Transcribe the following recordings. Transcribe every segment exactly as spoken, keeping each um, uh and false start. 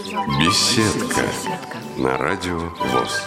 Беседка на радио ВОС.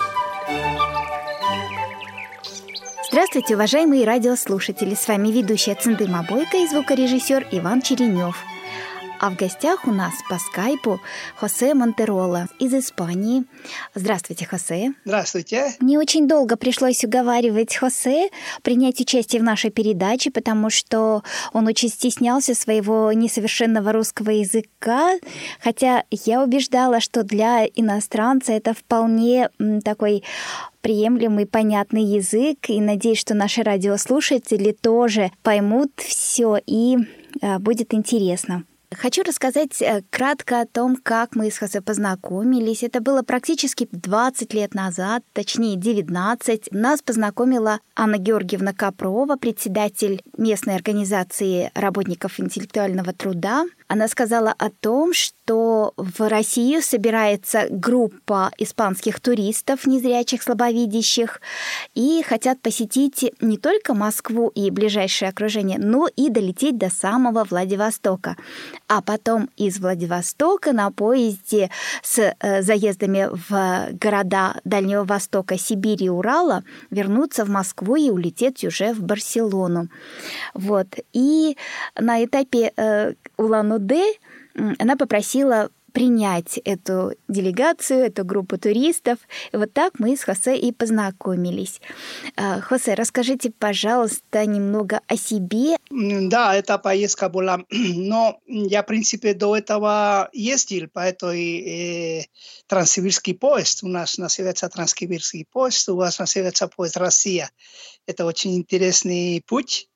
Здравствуйте, уважаемые радиослушатели! С вами ведущая Цындыма Бойко и звукорежиссер Иван Черенев. А в гостях у нас по скайпу Хосе Монтероло из Испании. Здравствуйте, Хосе. Здравствуйте. Мне очень долго пришлось уговаривать Хосе принять участие в нашей передаче, потому что он очень стеснялся своего несовершенного русского языка, хотя я убеждала, что для иностранца это вполне такой приемлемый, понятный язык, и надеюсь, что наши радиослушатели тоже поймут все и э, будет интересно. Хочу рассказать кратко о том, как мы с Хосе познакомились. Это было практически двадцать лет назад, точнее девятнадцать. Нас познакомила Анна Георгиевна Капрова, председатель местной организации работников интеллектуального труда. Она сказала о том, что в Россию собирается группа испанских туристов, незрячих, слабовидящих, и хотят посетить не только Москву и ближайшее окружение, но и долететь до самого Владивостока. А потом из Владивостока на поезде с э, заездами в города Дальнего Востока, Сибири и Урала вернуться в Москву и улететь уже в Барселону. Вот. И на этапе э, Улан-Удэ она попросила принять эту делегацию, эту группу туристов. И вот так мы с Хосе и познакомились. Хосе, расскажите, пожалуйста, немного о себе. Да, эта поездка была, но я, в принципе, до этого ездил по этой э, Транссибирский поезд. У нас называется Транссибирский поезд, у вас называется поезд Россия. Это очень интересный путь.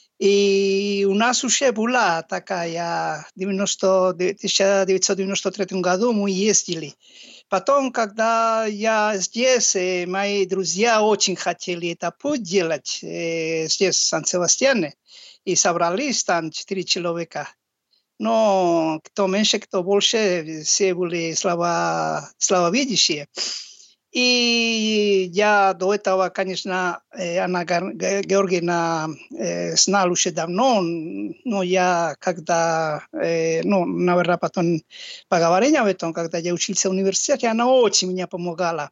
И у нас уже была такая, в тысяча девятьсот девяносто третьем году мы ездили. Потом, когда я здесь, мои друзья очень хотели этот путь делать, здесь, в Сан-Себастьяне, и собрались там четыре человека. Но кто меньше, кто больше, все были слабо, слабовидящие. И я до этого, конечно, Анна Георгиевна знала уже давно, но я когда, ну, наверное, потом поговорили об этом, когда я учился в университете, она очень мне помогала.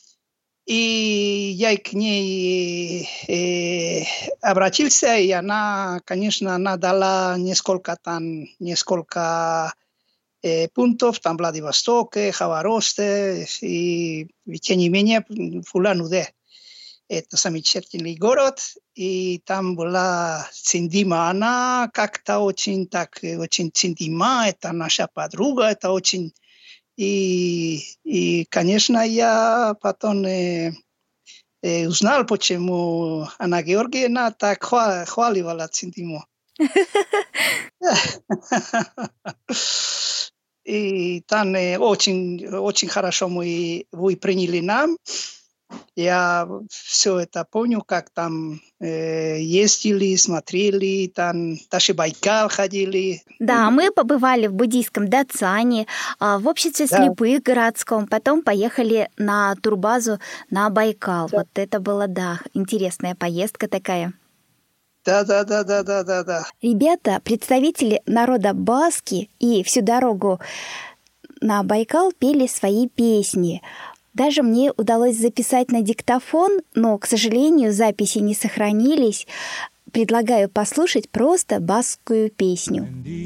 И я к ней э, обратился, и она, конечно, она дала несколько там, несколько пунктов, там Владивостоке, Хабаровске, и тем не менее в Улан-Удэ. Это замечательный город, и там была Цындыма, она как-то очень так, очень Цындыма, это наша подруга, это очень... И, и конечно, я потом э, э, узнал, почему Анна Георгиевна так хвалила Цындыму. И там очень, очень хорошо мы, вы приняли нам. Я все это помню, как там э, ездили, смотрели, там даже Байкал ходили. Да, мы побывали в буддийском Дацане, в обществе Да. слепых городском, потом поехали на турбазу на Байкал. Да. Вот это была, да, интересная поездка такая. Да, да, да, да, да, да, да. Ребята, представители народа Баски, и всю дорогу на Байкал пели свои песни. Даже мне удалось записать на диктофон, но, к сожалению, записи не сохранились. Предлагаю послушать просто баскскую песню.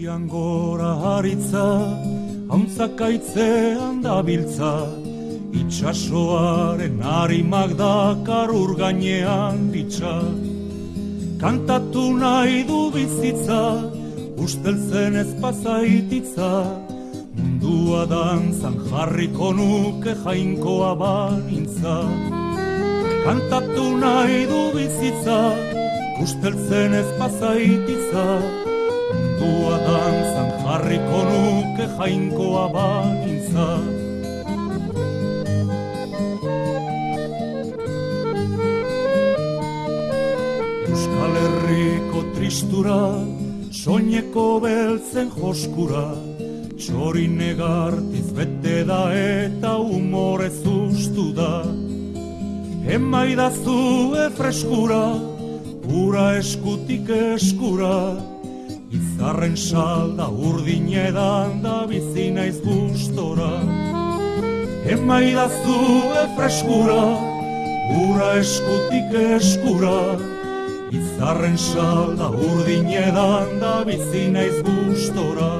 Kantatu nahi du bizitza, usteltzen ez pasaititza, mundua dantzan jarriko nuke jainkoa banintza. Kantatu nahi du bizitza, usteltzen ez pasaititza, mundua dantzan jarriko nuke jainkoa banintza. Euskal Herriko tristura, soineko beltzen joskura, txori negartiz bete da eta humorez ustu da. Emaidazue freskura, ura eskutik eskura, izan Izarren salda urdinedan da bizi naiz gustora. Emaidazue freskura, ura eskutik eskura. Izarren salda urdinedan da bizi naiz gustora.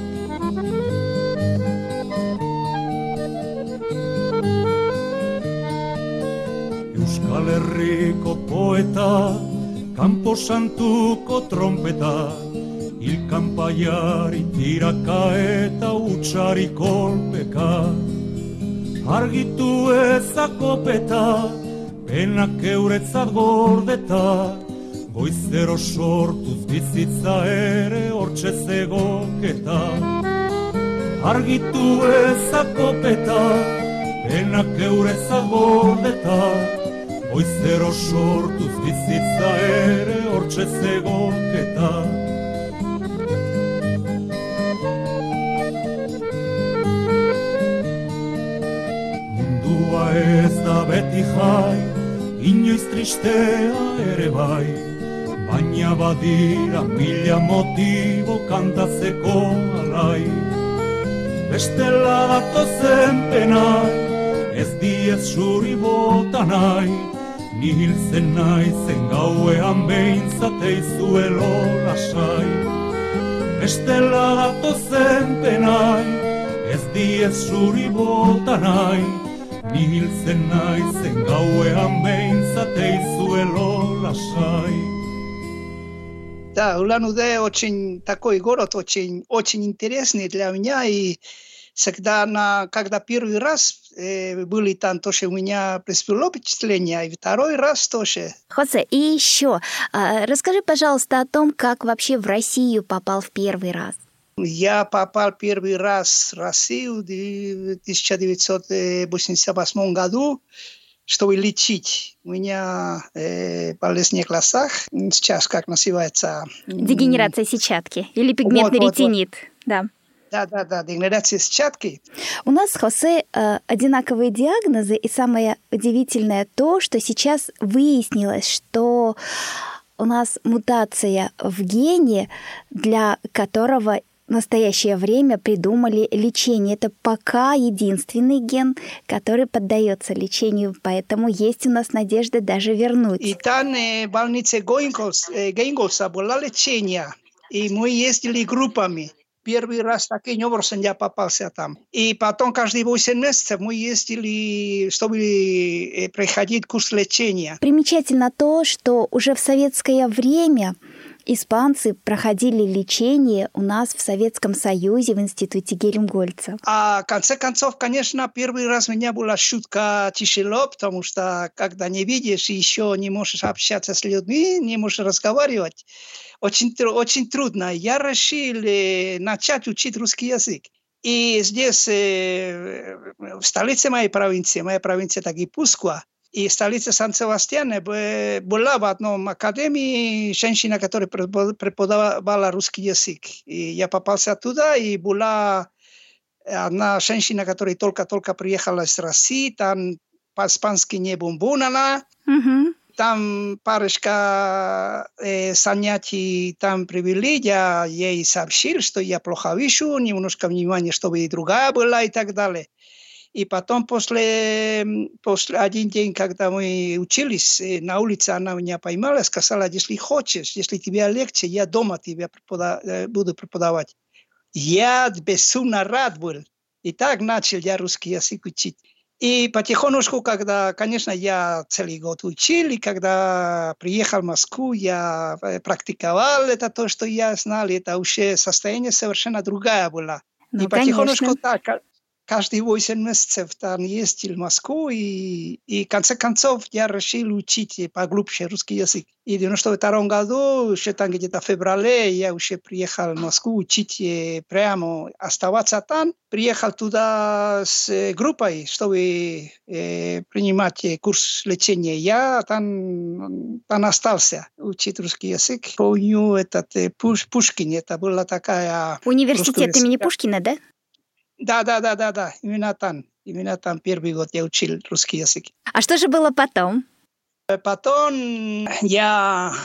Euskal Herriko poeta, Kampo Santuko trompeta, hilkanpaiari tiraka eta hutsari kolpeka. Argitu ezakopeta, penak euretzat gordeta, goizero sortuz bizitza ere hortxe zegoketa. Argitu ezakopeta, penak euretzat gordeta, goizero sortuz bizitza ere hortxe zegoketa. Mundua ez da beti jai, inoiz tristea ere bai, baina badira mila motibo kantatzeko alai. Bestela datozen penai, ez diez zuri bota nahi, ni hiltzen naizen gauean behintzateizuelo lasai. Bestela datozen penai, ez diez zuri bota nahi, ni hiltzen naizen gauean behintzateizuelo lasai. Да, Улан-Удэ очень такой город, очень, очень интересный для меня. И всегда, на, когда первый раз э, были там, тоже у меня произвело впечатление, и второй раз тоже. Хосе, и еще, а, расскажи, пожалуйста, о том, как вообще в Россию попал в первый раз. Я попал первый раз в Россию в тысяча девятьсот восемьдесят восьмом году, чтобы лечить. У меня э, болезнь в глазах, сейчас как называется? Дегенерация сетчатки или пигментный вот, ретинит. Вот, вот. Да. Да, да, да, дегенерация сетчатки. У нас с Хосе э, одинаковые диагнозы, и самое удивительное то, что сейчас выяснилось, что у нас мутация в гене, для которого в настоящее время придумали лечение. Это пока единственный ген, который поддается лечению, поэтому есть у нас надежда даже вернуть. И там в больнице Гейнгольца было лечение, и мы ездили группами. Первый раз таким образом я попался там. И потом каждые восемь месяцев мы ездили, чтобы проходить курс лечения. Примечательно то, что уже в советское время испанцы проходили лечение у нас в Советском Союзе в институте Гельмгольца. А в конце концов, конечно, первый раз у меня была шутка тяжело, потому что когда не видишь, еще не можешь общаться с людьми, не можешь разговаривать, очень, очень трудно. Я решил начать учить русский язык. И здесь, в столице моей провинции, моя провинция Гипузкоа, и столица Сан-Себастьяна, была в одном академии женщина, которая преподавала русский язык. И я попался туда, и была одна женщина, которая только-только приехала из России, там по-испански не бомбонала, mm-hmm. Там парочка э, занятий там привели, я ей сообщил, что я плохо вижу, немножко внимания, чтобы и другая была и так далее. И потом после, после один день, когда мы учились, на улице она меня поймала и сказала, если хочешь, если тебе легче, я дома тебя препода- буду преподавать. Я безумно рад был. И так начал я русский язык учить. И потихонечку, когда, конечно, я целый год учил, и когда приехал в Москву, я практиковал это то, что я знал, это уже состояние совершенно другое было. Ну, и потихонечку так... Каждые восемь месяцев там ездил в Москву, и, и в конце концов я решил учить поглубже русский язык. И в девяносто втором году, еще там где-то в феврале, я уже приехал в Москву учить прямо, оставаться там. Приехал туда с группой, чтобы э, принимать курс лечения. Я там, там остался учить русский язык. Помню этот Пуш, Пушкин, это была такая... Университет имени Пушкина, да? Да, да, да, да, да, именно там. Именно там первый год я учил русский язык. А что же было потом? Потом я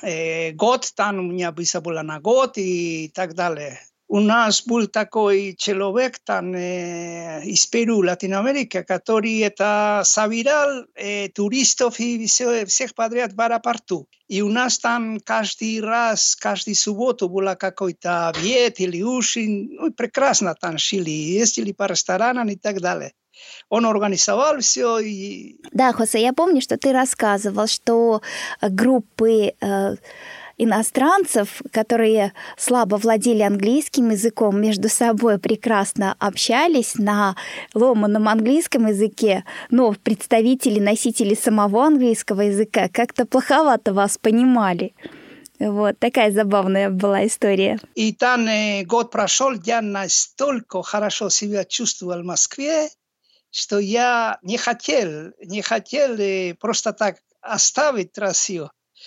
э, год, там у меня виза была на год и так далее. У нас был такой человек там э, из Перу, Латиноамерика, который это собирал э, туристов и все, всех подряд в аэропорту. И у нас там каждый раз, каждую субботу было какой-то обед или ужин. Ну, прекрасно там жили, ездили по ресторанам и так далее. Он организовал все. И... Да, Хосе, я помню, что ты рассказывал, что группы э, иностранцев, которые слабо владели английским языком, между собой прекрасно общались на ломаном английском языке, но представители, носители самого английского языка как-то плоховато вас понимали. Вот, такая забавная была история. И там э, год прошел, я настолько хорошо себя чувствовал в Москве, что я не хотел, не хотел э, просто так оставить Россию.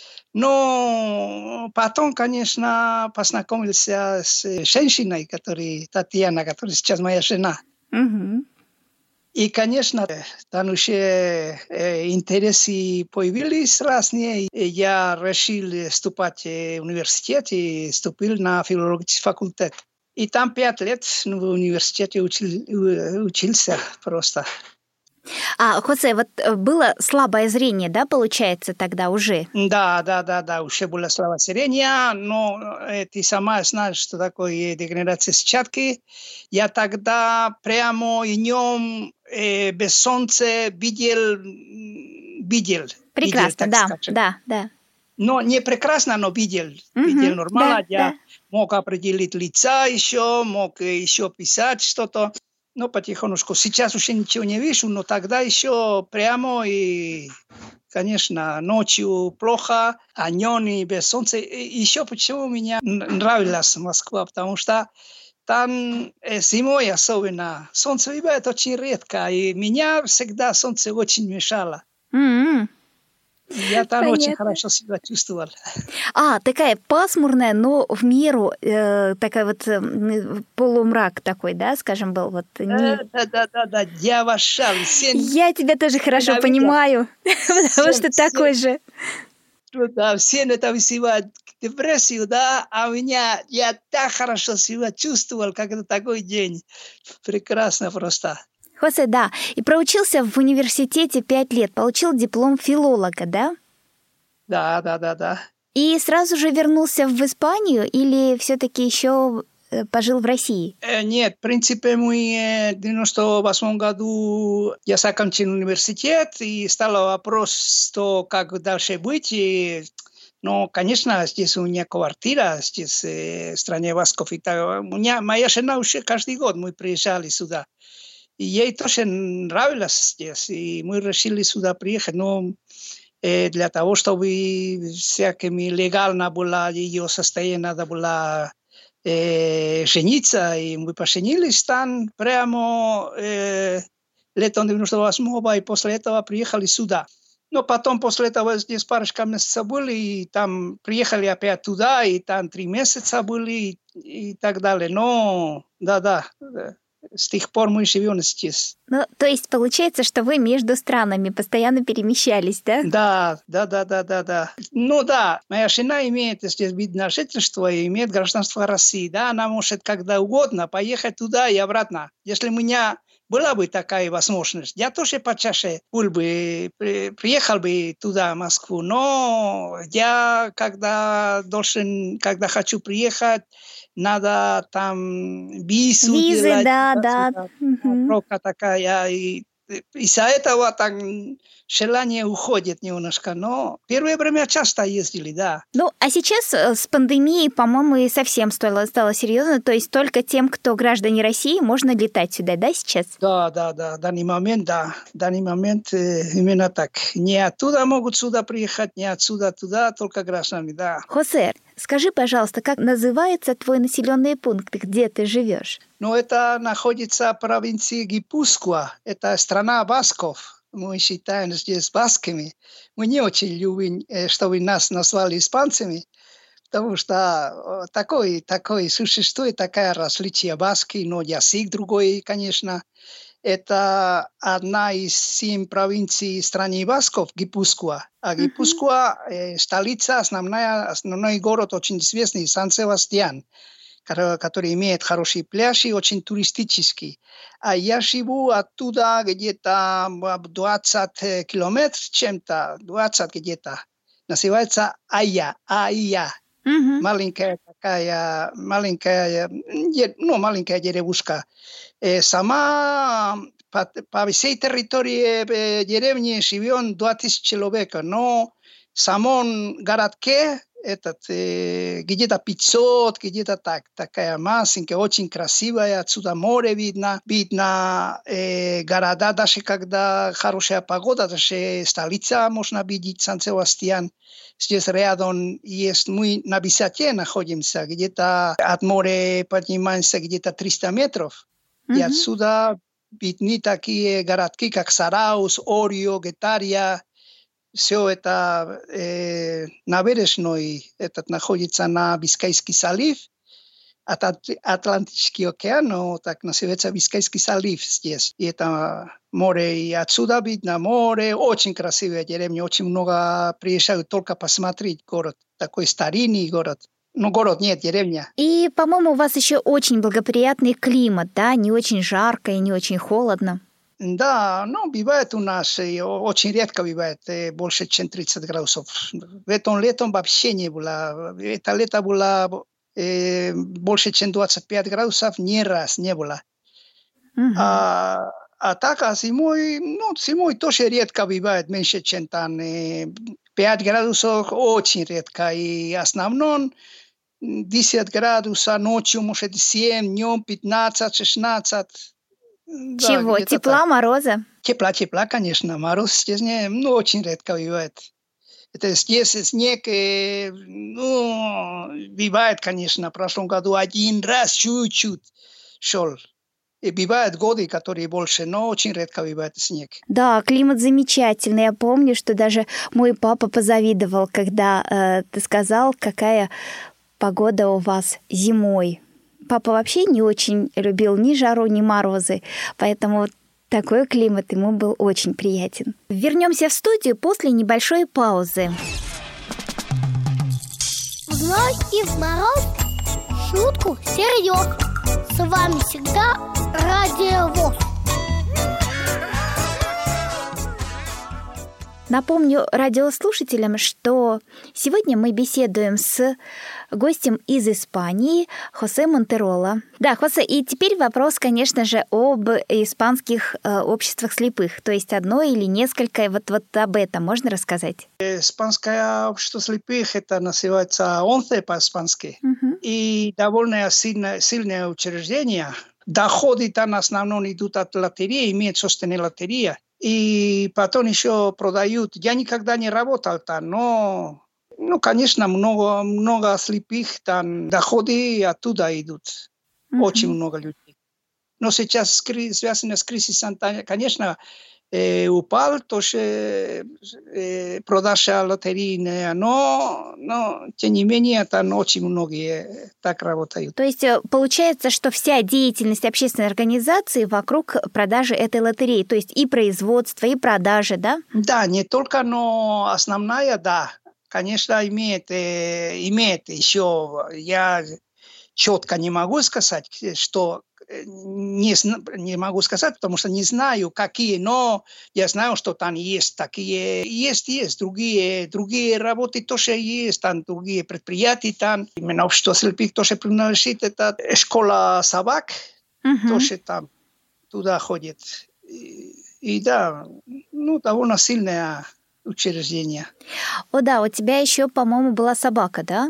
Но потом, конечно, познакомился с женщиной, которая, Татьяна, которая сейчас моя жена. Угу. И, конечно, там уже э, интересы появились разные. И я решил вступать в университет и вступил на филологический факультет. И там пять лет в университете учил, учился просто. А, Хосе, вот было слабое зрение, да, получается, тогда уже? Да, да, да, да, уже было слабое зрение, но э, ты сама знаешь, что такое дегенерация сетчатки. Я тогда прямо днем э, без солнца видел, видел. Прекрасно, видел, да, скажем. да, да. Но не прекрасно, но видел. Угу, видел нормально. да, я да. мог определить лица еще, мог еще писать что-то. Ну, потихонечку. Сейчас уже ничего не вижу, но тогда еще прямо и, конечно, ночью плохо, а днем и без солнца. И еще почему мне нравилась Москва, потому что там зимой особенно солнце бывает очень редко, и меня всегда солнце очень мешало. М-м. Я там Понятно. очень хорошо себя чувствовал. А, такая пасмурная, но в меру э, такая вот э, полумрак такой, да, скажем, был. Вот, не... Да, да, да, да, я обожал. Все... Я тебя тоже хорошо Ненавидел. понимаю, потому Всем, что всем. такой же. Да, все это вызывает депрессию, да, а у меня, я так хорошо себя чувствовал, когда такой день. Прекрасно просто. Хосе, да. И проучился в университете пять лет, получил диплом филолога, да? Да, да, да, да. И сразу же вернулся в Испанию или все-таки еще пожил в России? Э, нет, в принципе, мы в девяносто восьмом году я закончил университет, и стал вопрос, что как дальше быть. И, ну, конечно, здесь у меня квартира, здесь э, в стране Басков. И так, у меня, моя жена уже каждый год мы приезжали сюда. И ей тоже нравилось здесь, и мы решили сюда приехать, но э, для того, чтобы всякими легально было ее состояние, надо было э, жениться, и мы поженились там прямо э, летом девяносто восьмого, и после этого приехали сюда. Но потом после этого здесь парочка месяцев были, и там приехали опять туда, и там три месяца были, и, и так далее. Но, да-да, с тех пор мы живем здесь. Ну, то есть получается, что вы между странами постоянно перемещались, да? Да, да, да, да, да, да. Ну да, моя жена имеет здесь вид на жительство и имеет гражданство России. Да, она может когда угодно поехать туда и обратно. Если у меня была бы такая возможность, я тоже почаще был бы, приехал бы туда, в Москву. Но я, когда должен, когда хочу приехать, надо там визу Визы, делать. да, да. да. Угу. Такая. И из-за этого там желание уходит немножко. Но первое время часто ездили, да. Ну, а сейчас с пандемией, по-моему, и совсем стало, стало серьезно. То есть только тем, кто граждане России, можно летать сюда, да, сейчас? Да, да, да. В данный момент, да. В данный момент э, именно так. Не оттуда могут сюда приехать, не отсюда туда, только граждане, да. Хосе, скажи, пожалуйста, как называется твой населенный пункт, где ты живешь? Ну, это находится в провинции Гипускуа. Это страна басков. Мы считаем здесь басками. Мы не очень любим, чтобы нас назвали испанцами, потому что такое, такое существует такое различие баски, но язык другой, конечно. это одна из семи провинций страны Басков, Гипускуа. А Гипускуа, э, столица, основная, основной город, очень известный, Сан-Себастьян, который, который имеет хороший пляж и очень туристический. А я живу оттуда где-то двадцать километров чем-то, двадцать где-то. Называется Айя, Айя. Мгм. Маленькая такая, маленькая, ну, маленькая деревушка. Э, Сама по, по всей территории э, деревни живет два тысячи человек, но в самом городке этот, э, где-то пятьсот, где-то так, такая маленькая, очень красивая, отсюда море видно, видно э, города, даже когда хорошая погода, даже столица можно видеть, Сан-Себастьян. Здесь рядом есть, мы на высоте находимся, где-то от моря поднимаемся где-то триста метров, и Мгм. отсюда видны такие городки, как Сараус, Орио, Гетария. Все это э, набережной, этот находится на Бискайский залив, от Атл- Атлантический океан, но так называется Бискайский залив здесь. И это море, и отсюда видно море, очень красивая деревня, очень много приезжают только посмотреть город, такой старинный город. Ну, город нет, деревня. И, по-моему, у вас еще очень благоприятный климат, да? Не очень жарко и не очень холодно. Да, ну, бывает у нас, и о- очень редко бывает э, больше, чем тридцать градусов. В этом летом вообще не было. Это лето было э, больше, чем двадцать пять градусов, ни раз не было. Мгм. А, а так, а зимой, ну, зимой тоже редко бывает меньше, чем там э, пять градусов, очень редко. И в основном м, десять градусов, ночью, может, семь, днем пятнадцать, шестнадцать. М, Да, Чего? где-то так. Тепла, мороза? Тепла, тепла, конечно. Мороз здесь не, ну, очень редко бывает. Это здесь снег, э, ну, бывает, конечно, в прошлом году один раз чуть-чуть шел. И бывают годы, которые больше, но очень редко бывает снег. Да, климат замечательный. Я помню, что даже мой папа позавидовал, когда э, ты сказал, какая погода у вас зимой. Папа вообще не очень любил ни жару, ни морозы, поэтому вот такой климат ему был очень приятен. Вернемся в студию после небольшой паузы. В зной и в мороз шутку серьез. С вами всегда Радио ВОС. Напомню радиослушателям, что сегодня мы беседуем с гостем из Испании Хосе Монтероло. Да, Хосе, и теперь вопрос, конечно же, об испанских э, обществах слепых. То есть одно или несколько, вот, вот об этом можно рассказать? Испанское общество слепых, это называется онсе по-испански. Мгм. И довольно сильное, сильное учреждение. Доходы там в основном идут от лотереи, имеет собственная лотерея. И потом еще продают. Я никогда не работал там, но, ну, конечно, много, много слепых там, доходы оттуда идут. Мгм. Очень много людей. Но сейчас кри- связано с кризисом, та- конечно, э, упал тоже э, продажа лотерейная, но, но тем не менее там очень многие так работают. То есть э, получается, что вся деятельность общественной организации вокруг продажи этой лотереи, то есть и производство, и продажи, да? Да, не только, но основная, да, конечно, имеет, э, имеет еще, я четко не могу сказать, что э, не, зна- не могу сказать, потому что не знаю, какие, но я знаю, что там есть такие, есть, есть, другие, другие работы тоже есть, там другие предприятия, там именно общество слепых тоже принадлежит, это школа собак, Мгм. тоже там туда ходит. И, и да, ну, довольно сильное учреждение. О, да, у тебя еще, по-моему, была собака, да?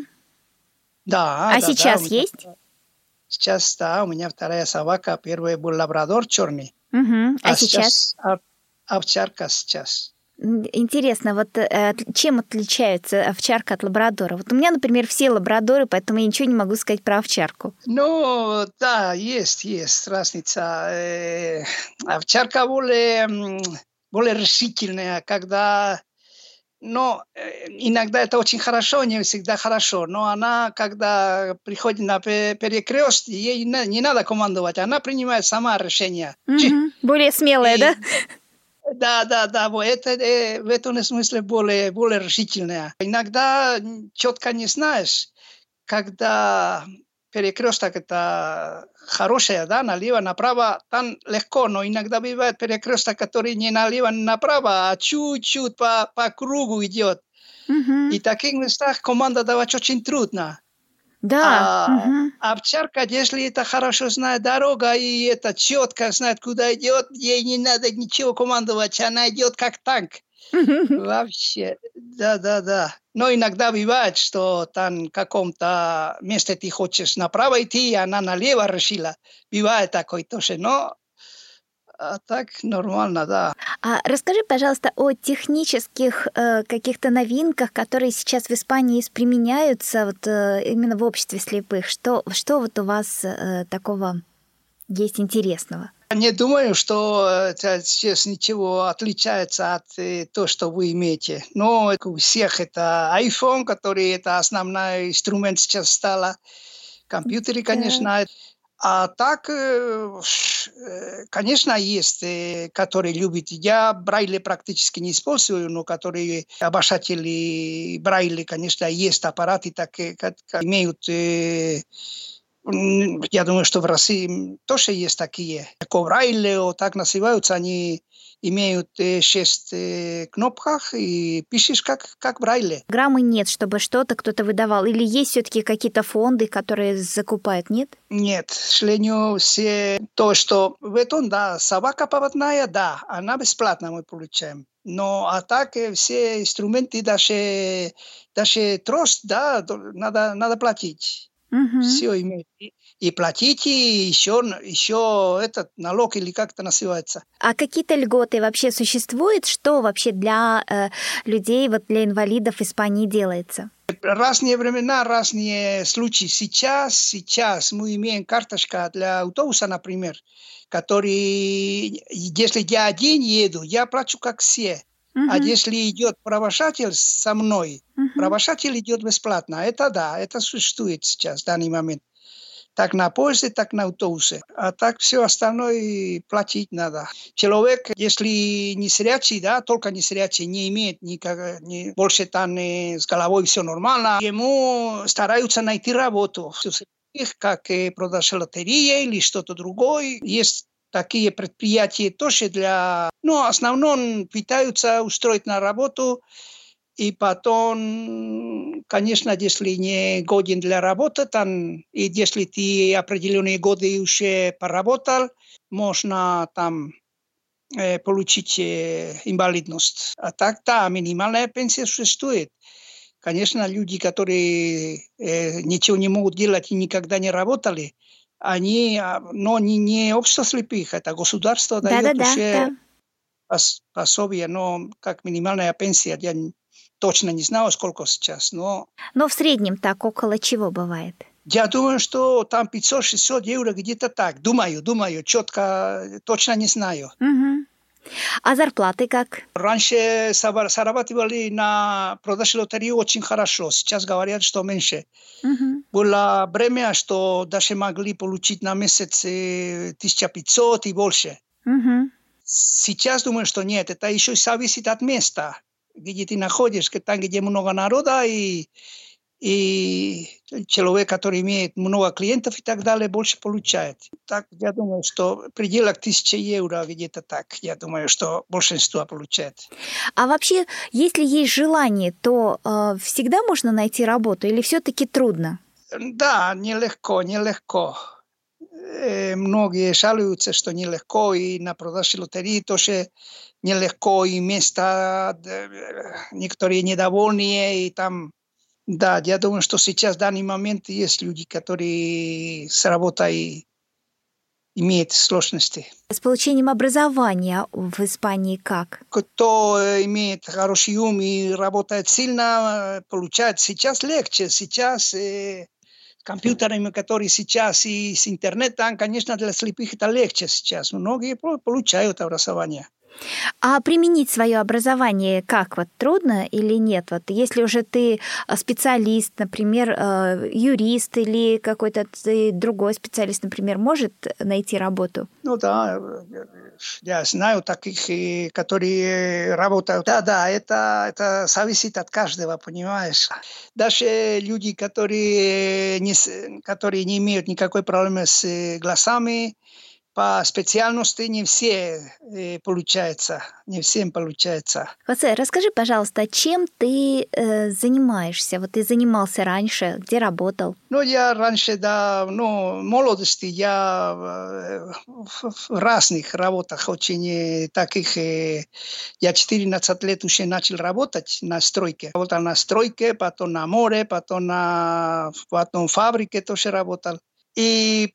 Да, А да, сейчас да, у меня- есть? Сейчас, да, у меня вторая собака. Первый был лабрадор черный. Мгм. А, сейчас? ов- овчарка сейчас. М, Интересно, вот э, от- чем отличается овчарка от лабрадора? Вот у меня, например, все лабрадоры, поэтому я ничего не могу сказать про овчарку. Ну, да, есть, есть разница. Э, Овчарка более, м, более решительная, когда но э, иногда это очень хорошо, не всегда хорошо. Но она, когда приходит на перекрестке, ей не, не надо командовать, она принимает сама решение. Угу. Более смелая, И, да? Да, да, да, вот это э, в этом смысле более, более решительная. Иногда четко не знаешь, когда перекресток это хорошее, да, налево, направо, там легко, но иногда бывает перекресток, который не налево, не направо, а чуть-чуть по, по кругу идет. Угу. И в таких местах команда давать очень трудно. Да. А Угу. овчарка, если это хорошо знает дорога и это четко знает, куда идет, ей не надо ничего командовать, она идет как танк. Вообще, да-да-да. Но иногда бывает, что там в каком-то месте ты хочешь направо идти, и она налево решила. Бывает такое тоже, но а так нормально, да. А расскажи, пожалуйста, о технических э, каких-то новинках, которые сейчас в Испании применяются вот, э, именно в обществе слепых. Что, что вот у вас э, такого есть интересного? Не думаю, что это сейчас ничего отличается от э, того, что вы имеете. Но у всех это iPhone, который это основной инструмент сейчас стал. Компьютеры, конечно. А так, э, конечно, есть, э, которые любят. Я Брайли практически не использую, но которые обожатели Брайли, конечно, есть аппараты, такие, которые имеют... Э, Я думаю, что в России тоже есть такие. Брайли, так называются, они имеют э, шесть э, кнопок и пишешь как, как Брайли. Граммы нет, чтобы что-то кто-то выдавал? Или есть все-таки какие-то фонды, которые закупают, нет? Нет, к сожалению, все то, что в этом, да, собака поводная, да, она бесплатно мы получаем. Но а так э, все инструменты, даже, даже трост, да, надо, надо платить. Угу. Все имеет. И, и платить, и еще, еще этот налог, или как это называется. А какие-то льготы вообще существуют? Что вообще для э, людей, вот для инвалидов в Испании делается? Разные времена, разные случаи. Сейчас, сейчас мы имеем карточка для автобуса, например, который, если я один еду, я плачу как все. Uh-huh. А если идет провожатель со мной, uh-huh. провожатель идет бесплатно. Это да, это существует сейчас, в данный момент. Так на поезде, так на автобусе. А так все остальное платить надо. Человек, если не зрячий, да, только не зрячий, не имеет никак, не, больше там не, с головой все нормально, ему стараются найти работу. Как продажа лотереи или что-то другое. Есть такие предприятия тоже для... Ну, в основном пытаются устроить на работу, и потом, конечно, если не годен для работы, там, и если ты определенные годы уже поработал, можно там э, получить э, инвалидность. А так, да, минимальная пенсия существует. Конечно, люди, которые э, ничего не могут делать и никогда не работали, они, но не, не общество слепых, это государство да, дает да, уже да, да. пособие, но как минимальная пенсия, я точно не знаю, сколько сейчас, но... Но в среднем так около чего бывает? Я думаю, что там пятьсот-шестьсот евро где-то так. Думаю, думаю, четко, точно не знаю. Угу. А зарплаты как? Раньше зарабатывали на продаже лотереи очень хорошо. Сейчас говорят, что меньше. Угу. Было время, что даже могли получить на месяц тысяча пятьсот и больше. Угу. Сейчас думаю, что нет. Это еще зависит от места, где ты находишься. Там, где много народа и... и человек, который имеет много клиентов и так далее, больше получает. Так, я думаю, что в пределах тысячи евро где-то так. Я думаю, что большинство получает. А вообще, если есть желание, то э, всегда можно найти работу или все-таки трудно? Да, нелегко, нелегко. Э, многие жалуются, что нелегко, и на продаже лотереи тоже нелегко, и места, некоторые недовольные, и там... Да, я думаю, что сейчас в данный момент есть люди, которые с работой имеют сложности. С получением образования в Испании как? Кто имеет хороший ум и работает сильно, получает сейчас легче. Сейчас э, с компьютерами, которые сейчас и с интернетом, конечно, для слепых это легче сейчас. Многие получают образование. А применить свое образование как? Вот трудно или нет? Вот если уже ты специалист, например, юрист или какой-то другой специалист, например, может найти работу? Ну да, я знаю таких, которые работают. Да, да, это, это зависит от каждого, понимаешь? Даже люди, которые не, которые не имеют никакой проблемы с глазами, по специальности не все э, получается, не всем получается. Хосе, расскажи, пожалуйста, чем ты э, занимаешься? Вот ты занимался раньше, где работал? Ну, я раньше, да, ну, в молодости я э, в, в разных работах очень таких. Э, я четырнадцать лет уже начал работать на стройке. Работал на стройке, потом на море, потом на потом в фабрике тоже работал. И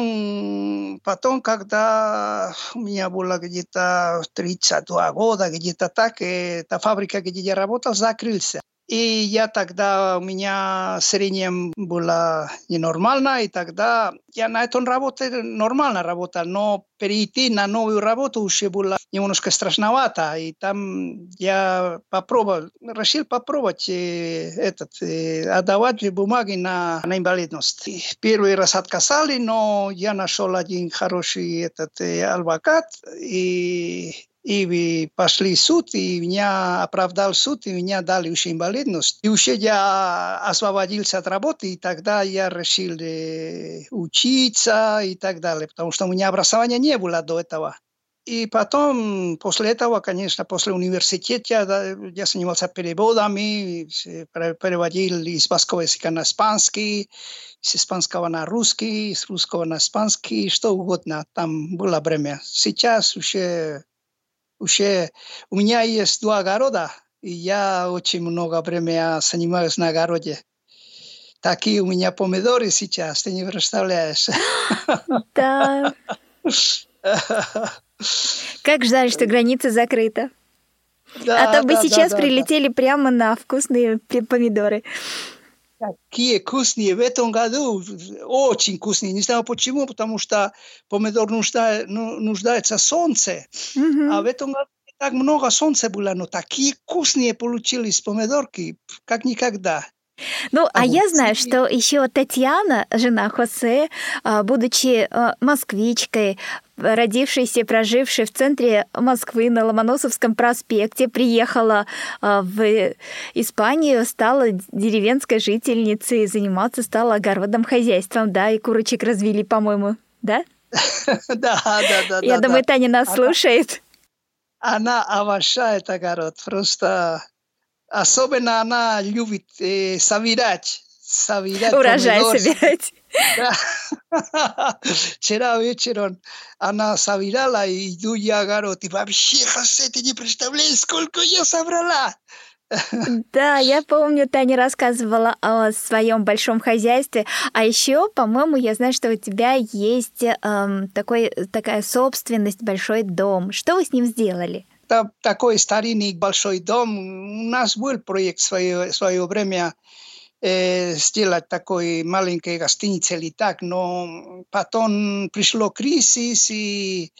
потом, потом, когда у меня было где-то тридцать два года, где-то так, эта фабрика, где я работал, закрылся. И я тогда, у меня зрение было ненормально, и тогда я на этом работе нормально работал, но перейти на новую работу уже было немножко страшновато, и там я попробовал, решил попробовать э, этот, э, отдавать бумаги на, на инвалидность. И первый раз отказали, но я нашел один хороший этот, э, адвокат, и... И пошли в суд, и меня оправдал суд, и меня дали уже инвалидность. И уже я освободился от работы, и тогда я решил э, учиться и так далее, потому что у меня образования не было до этого. И потом, после этого, конечно, после университета да, я занимался переводами, переводил из баскского языка на испанский, с испанского на русский, с русского на испанский, что угодно. Там было время. Сейчас уже... Уже у меня есть два огорода, и я очень много времени занимаюсь на огороде. Такие у меня помидоры сейчас, ты не представляешь. Да. Как жаль, что граница закрыта. Да, а то бы да, сейчас да, да, прилетели да. прямо на вкусные помидоры. Какие вкусные в этом году, очень вкусные. Не знаю почему, потому что помидор нужда, нуждается в солнце. Mm-hmm. А в этом году не так много солнца было, но такие вкусные получились помидорки, как никогда. Ну, а, а я вот знаю, что еще Татьяна, жена Хосе, будучи москвичкой, родившейся, прожившей в центре Москвы на Ломоносовском проспекте, приехала в Испанию, стала деревенской жительницей, заниматься стала огородным хозяйством, да, и курочек развели, по-моему, да? Да, да, да. Я думаю, Таня нас слушает. Она обожает огород, просто... Особенно она любит э, собирать, собирать урожай помидор. собирать. Да. Вчера вечером она собирала, и иду я огород, и вообще, Хосе, ты не представляешь, сколько я собрала. Да, я помню, Таня рассказывала о своем большом хозяйстве, а еще, по-моему, я знаю, что у тебя есть эм, такой, такая собственность, большой дом. Что вы с ним сделали? Такой старинный большой дом. У нас был проект в свое, свое время э, сделать такой маленький гостиницу или так, но потом пришло кризис, и,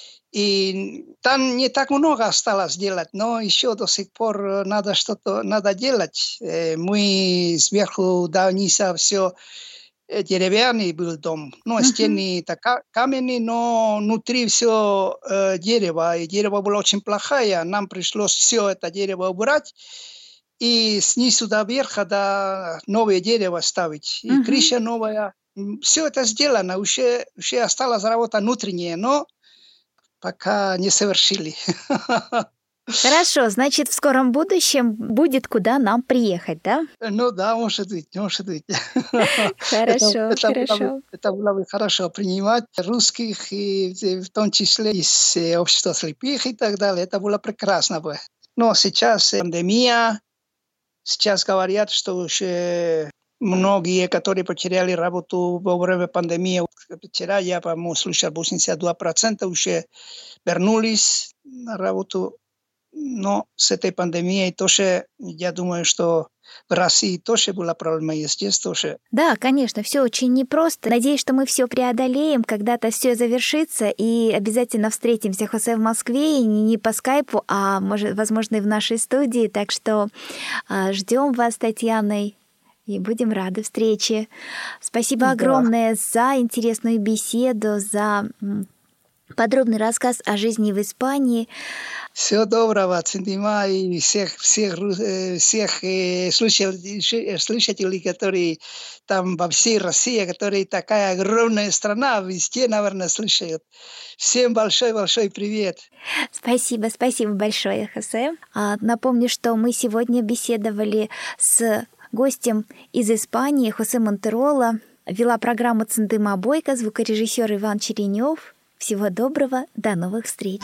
и там не так много осталось делать, но еще до сих пор надо что-то надо делать. Э, мы сверху до низа все деревянный был дом, ну, uh-huh. стены каменные, но внутри все э, дерево, и дерево было очень плохое, нам пришлось все это дерево убрать, и снизу до верха до новое дерево ставить, и uh-huh. крыша новая, все это сделано, уже, уже осталась работа внутренняя, но пока не совершили. Хорошо, значит, в скором будущем будет куда нам приехать, да? Ну да, может быть, может быть. Хорошо, это, хорошо. Это было, это было бы хорошо принимать русских, и в том числе из общества слепых и так далее. Это было прекрасно бы. Но сейчас пандемия, сейчас говорят, что уже многие, которые потеряли работу во время пандемии, вчера я, по-моему, слышал, восемьдесят два процента уже вернулись на работу. но с этой пандемией тоже, я думаю, что в России тоже была проблема, и здесь тоже. Да, конечно, все очень непросто. Надеюсь, что мы все преодолеем, когда-то все завершится, и обязательно встретимся, Хосе, в Москве, и не по скайпу, а, может, возможно, и в нашей студии. Так что э, ждем вас с Татьяной и будем рады встрече. Спасибо да. огромное за интересную беседу, за подробный рассказ о жизни в Испании. Всего доброго, Цендима, и всех, всех, всех слушателей, слушателей, которые там во всей России, которые такая огромная страна, везде, наверное, слушают. Всем большой-большой привет. Спасибо, спасибо большое, Хосе. Напомню, что мы сегодня беседовали с гостем из Испании, Хосе Монтероло. Вела программу Цендима Бойко, звукорежиссер Иван Черенев. Всего доброго, до новых встреч.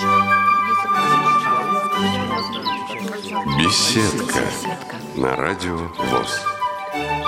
Беседка на радио ВОС.